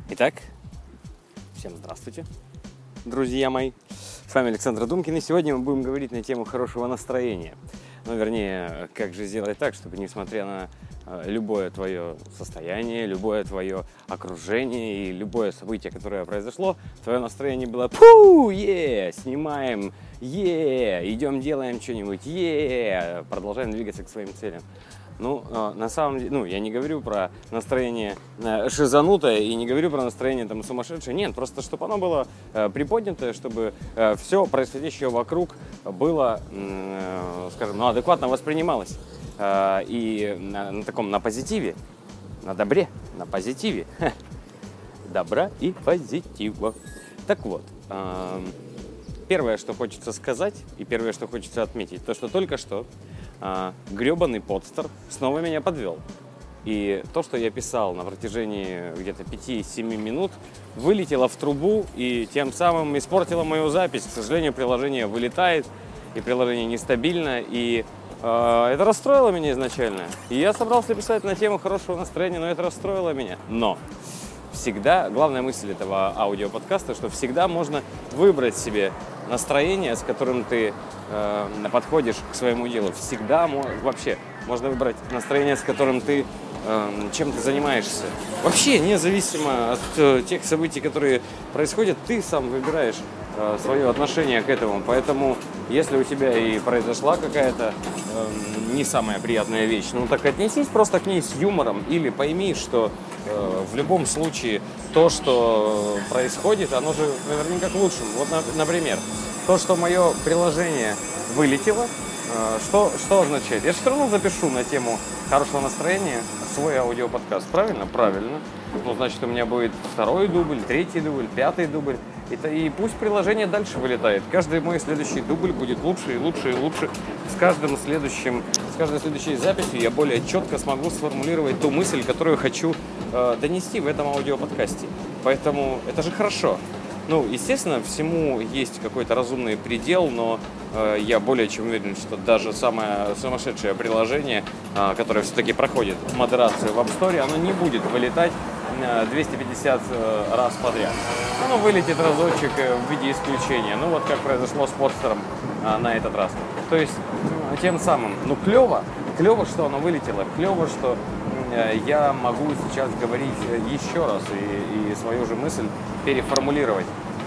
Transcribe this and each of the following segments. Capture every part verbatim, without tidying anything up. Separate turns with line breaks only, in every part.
Итак, всем здравствуйте, друзья мои. С вами Александр Думкин, и сегодня мы будем говорить на тему хорошего настроения. Ну, вернее, как же сделать так, чтобы, несмотря на любое твое состояние, любое твое окружение и любое событие, которое произошло, твое настроение было «Пу! Е! Снимаем! Е! Идем делаем что-нибудь! Е! Продолжаем двигаться к своим целям». Ну, на самом деле, ну, я не говорю про настроение шизанутое и не говорю про настроение там сумасшедшее. Нет, просто чтобы оно было э, приподнятое, чтобы э, все происходящее вокруг было, э, скажем, ну, адекватно воспринималось. Э, и на, на таком, на позитиве, на добре, на позитиве. Добра и позитива. Так вот, э, первое, что хочется сказать, и первое, что хочется отметить, то, что только что А, гребаный подстер снова меня подвел. И то, что я писал на протяжении где-то пяти-семи минут, вылетело в трубу и тем самым испортило мою запись. К сожалению, приложение вылетает, и приложение нестабильно, и э, это расстроило меня изначально. И я собрался писать на тему хорошего настроения, но это расстроило меня. Но всегда, главная мысль этого аудиоподкаста, что всегда можно выбрать себе настроение, с которым ты э, подходишь к своему делу. Всегда вообще можно выбрать настроение, с которым ты э, чем ты занимаешься. Вообще, независимо от э, тех событий, которые происходят, ты сам выбираешь э, свое отношение к этому. Поэтому, если у тебя и произошла какая-то э, не самая приятная вещь, ну так отнесись просто к ней с юмором или пойми, что э, в любом случае то, что происходит, оно же наверняка к лучшему. Вот, например, то, что мое приложение вылетело, что, что означает? Я же все равно запишу на тему хорошего настроения свой аудиоподкаст. Правильно? Правильно. Ну, значит, у меня будет второй дубль, третий дубль, пятый дубль. И, и пусть приложение дальше вылетает. Каждый мой следующий дубль будет лучше и лучше и лучше. С каждым следующим, с каждой следующей записью я более четко смогу сформулировать ту мысль, которую хочу э, донести в этом аудиоподкасте. Поэтому это же хорошо. Ну, естественно, всему есть какой-то разумный предел, но э, я более чем уверен, что даже самое сумасшедшее приложение, э, которое все-таки проходит модерацию в App Store, оно не будет вылетать э, двести пятьдесят э, раз подряд. Оно вылетит разочек э, в виде исключения. Ну, вот как произошло с подстером э, на этот раз. То есть, э, тем самым, ну, клево, клево, что оно вылетело, клево, что э, я могу сейчас говорить еще раз и, и свою же мысль переформулировать.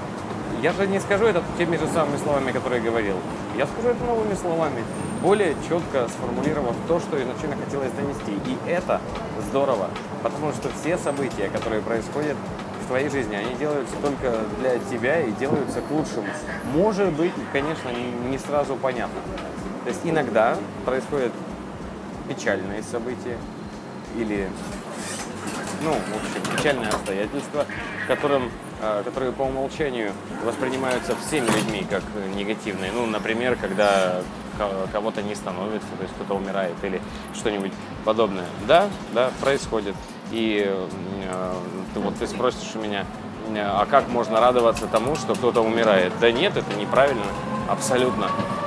Я же не скажу это теми же самыми словами, которые говорил. Я скажу это новыми словами, более четко сформулировав то, что изначально хотелось донести. И это здорово, потому что все события, которые происходят в твоей жизни, они делаются только для тебя и делаются к лучшему. Может быть, конечно, не сразу понятно. То есть иногда происходят печальные события или, ну, в общем, печальные обстоятельства, которым которые по умолчанию воспринимаются всеми людьми как негативные. Ну, например, когда кого-то не становится, то есть кто-то умирает или что-нибудь подобное. Да, да, происходит. И э, ты, вот ты спросишь у меня, а как можно радоваться тому, что кто-то умирает? Да нет, это неправильно, абсолютно.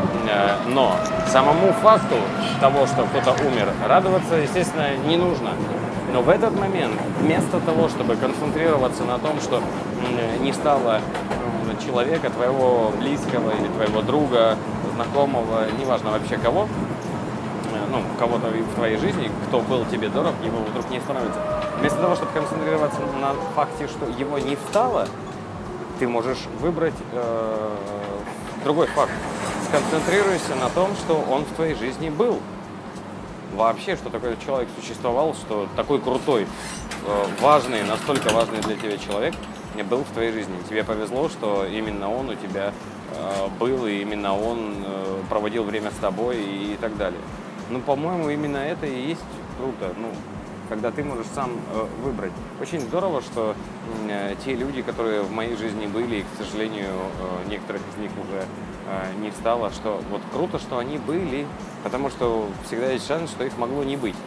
Но самому факту того, что кто-то умер, радоваться, естественно, не нужно. Но в этот момент, вместо того, чтобы концентрироваться на том, что не стало человека, твоего близкого или твоего друга, знакомого, неважно вообще кого, ну, кого-то в твоей жизни, кто был тебе дорог, его вдруг не становится. Вместо того, чтобы концентрироваться на факте, что его не стало, ты можешь выбрать э, другой факт. Сконцентрируйся на том, что он в твоей жизни был. Вообще, что такой человек существовал, что такой крутой, важный, настолько важный для тебя человек был в твоей жизни. Тебе повезло, что именно он у тебя был, и именно он проводил время с тобой и так далее. Ну, по-моему, именно это и есть круто, ну, когда ты можешь сам выбрать. Очень здорово, что те люди, которые в моей жизни были, и, к сожалению, некоторых из них уже не стало, что вот круто, что они были, потому что всегда есть шанс, что их могло не быть.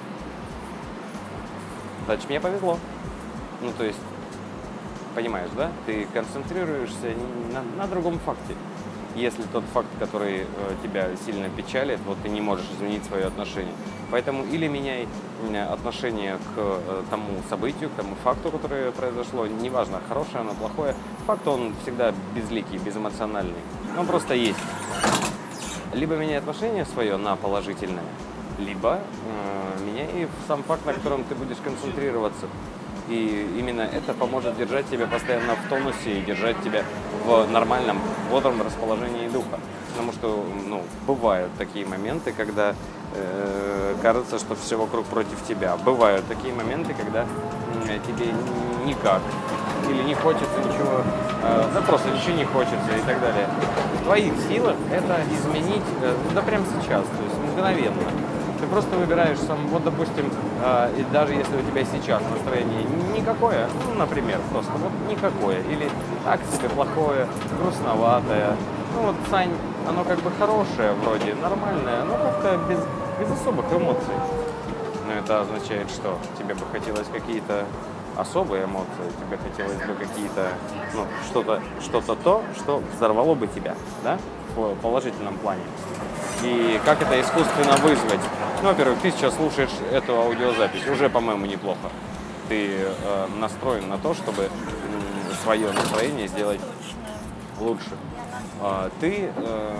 Значит, мне повезло. Ну, то есть, понимаешь, да? Ты концентрируешься на, на другом факте. Если тот факт, который э, тебя сильно печалит, вот ты не можешь изменить свое отношение. Поэтому или меняй отношение к тому событию, к тому факту, которое произошло. Неважно, хорошее оно, плохое. Факт, он всегда безликий, безэмоциональный. Он просто есть. Либо меняй отношение свое на положительное, либо э, меняй сам факт, на котором ты будешь концентрироваться. И именно это поможет держать тебя постоянно в тонусе и держать тебя в нормальном, бодром расположении духа. Потому что, ну, бывают такие моменты, когда э, кажется, что все вокруг против тебя. Бывают такие моменты, когда э, тебе никак или не хочется ничего, э, да просто ничего не хочется и так далее. В твоих силах это изменить, э, да прямо сейчас, то есть мгновенно. Ты просто выбираешь сам, вот, допустим, э, и даже если у тебя сейчас настроение никакое, ну, например, просто вот никакое, или так себе плохое, грустноватое, ну вот, Сань, оно как бы хорошее вроде, нормальное, но как-то без, без особых эмоций. Но это означает, что тебе бы хотелось какие-то особые эмоции, тебе хотелось бы какие-то, ну, что-то, что-то то, что взорвало бы тебя, да, в положительном плане. И как это искусственно вызвать? Ну, во-первых, ты сейчас слушаешь эту аудиозапись, уже, по-моему, неплохо. Ты э, настроен на то, чтобы э, свое настроение сделать лучше. Э, ты э,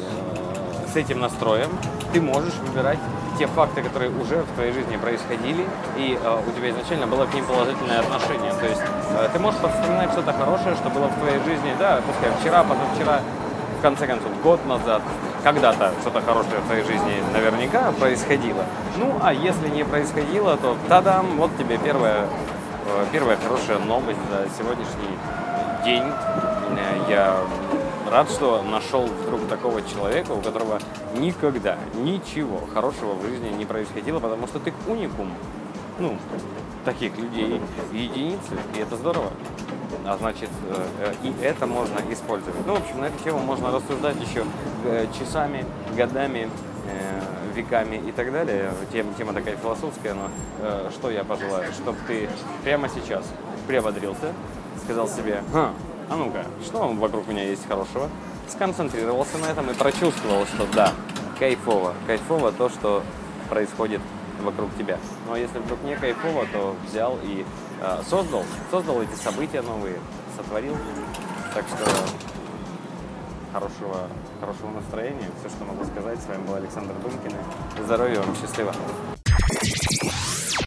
с этим настроем ты можешь выбирать те факты, которые уже в твоей жизни происходили, и э, у тебя изначально было к ним положительное отношение. То есть э, ты можешь вспоминать что-то хорошее, что было в твоей жизни, да, пускай вчера, позавчера, в конце концов, год назад, когда-то что-то хорошее в твоей жизни наверняка происходило. Ну, а если не происходило, то тадам, вот тебе первая, э, первая хорошая новость за сегодняшний день. Я рад, что нашел вдруг такого человека, у которого никогда ничего хорошего в жизни не происходило, потому что ты уникум. Ну, таких людей единицы, и это здорово. А значит, и это можно использовать. Ну, в общем, на эту тему можно рассуждать еще часами, годами, веками и так далее. Тема, тема такая философская, но что я пожелаю? Чтобы ты прямо сейчас приободрился, сказал себе: «Ха, а ну-ка, что вокруг меня есть хорошего?» Сконцентрировался на этом и прочувствовал, что да, кайфово. Кайфово то, что происходит вокруг тебя. Ну а если вдруг не кайфово, то взял и э, создал, создал эти события новые, сотворил. Так что хорошего, хорошего настроения. Все, что могу сказать. С вами был Александр Думкин. Здоровья вам, счастливо.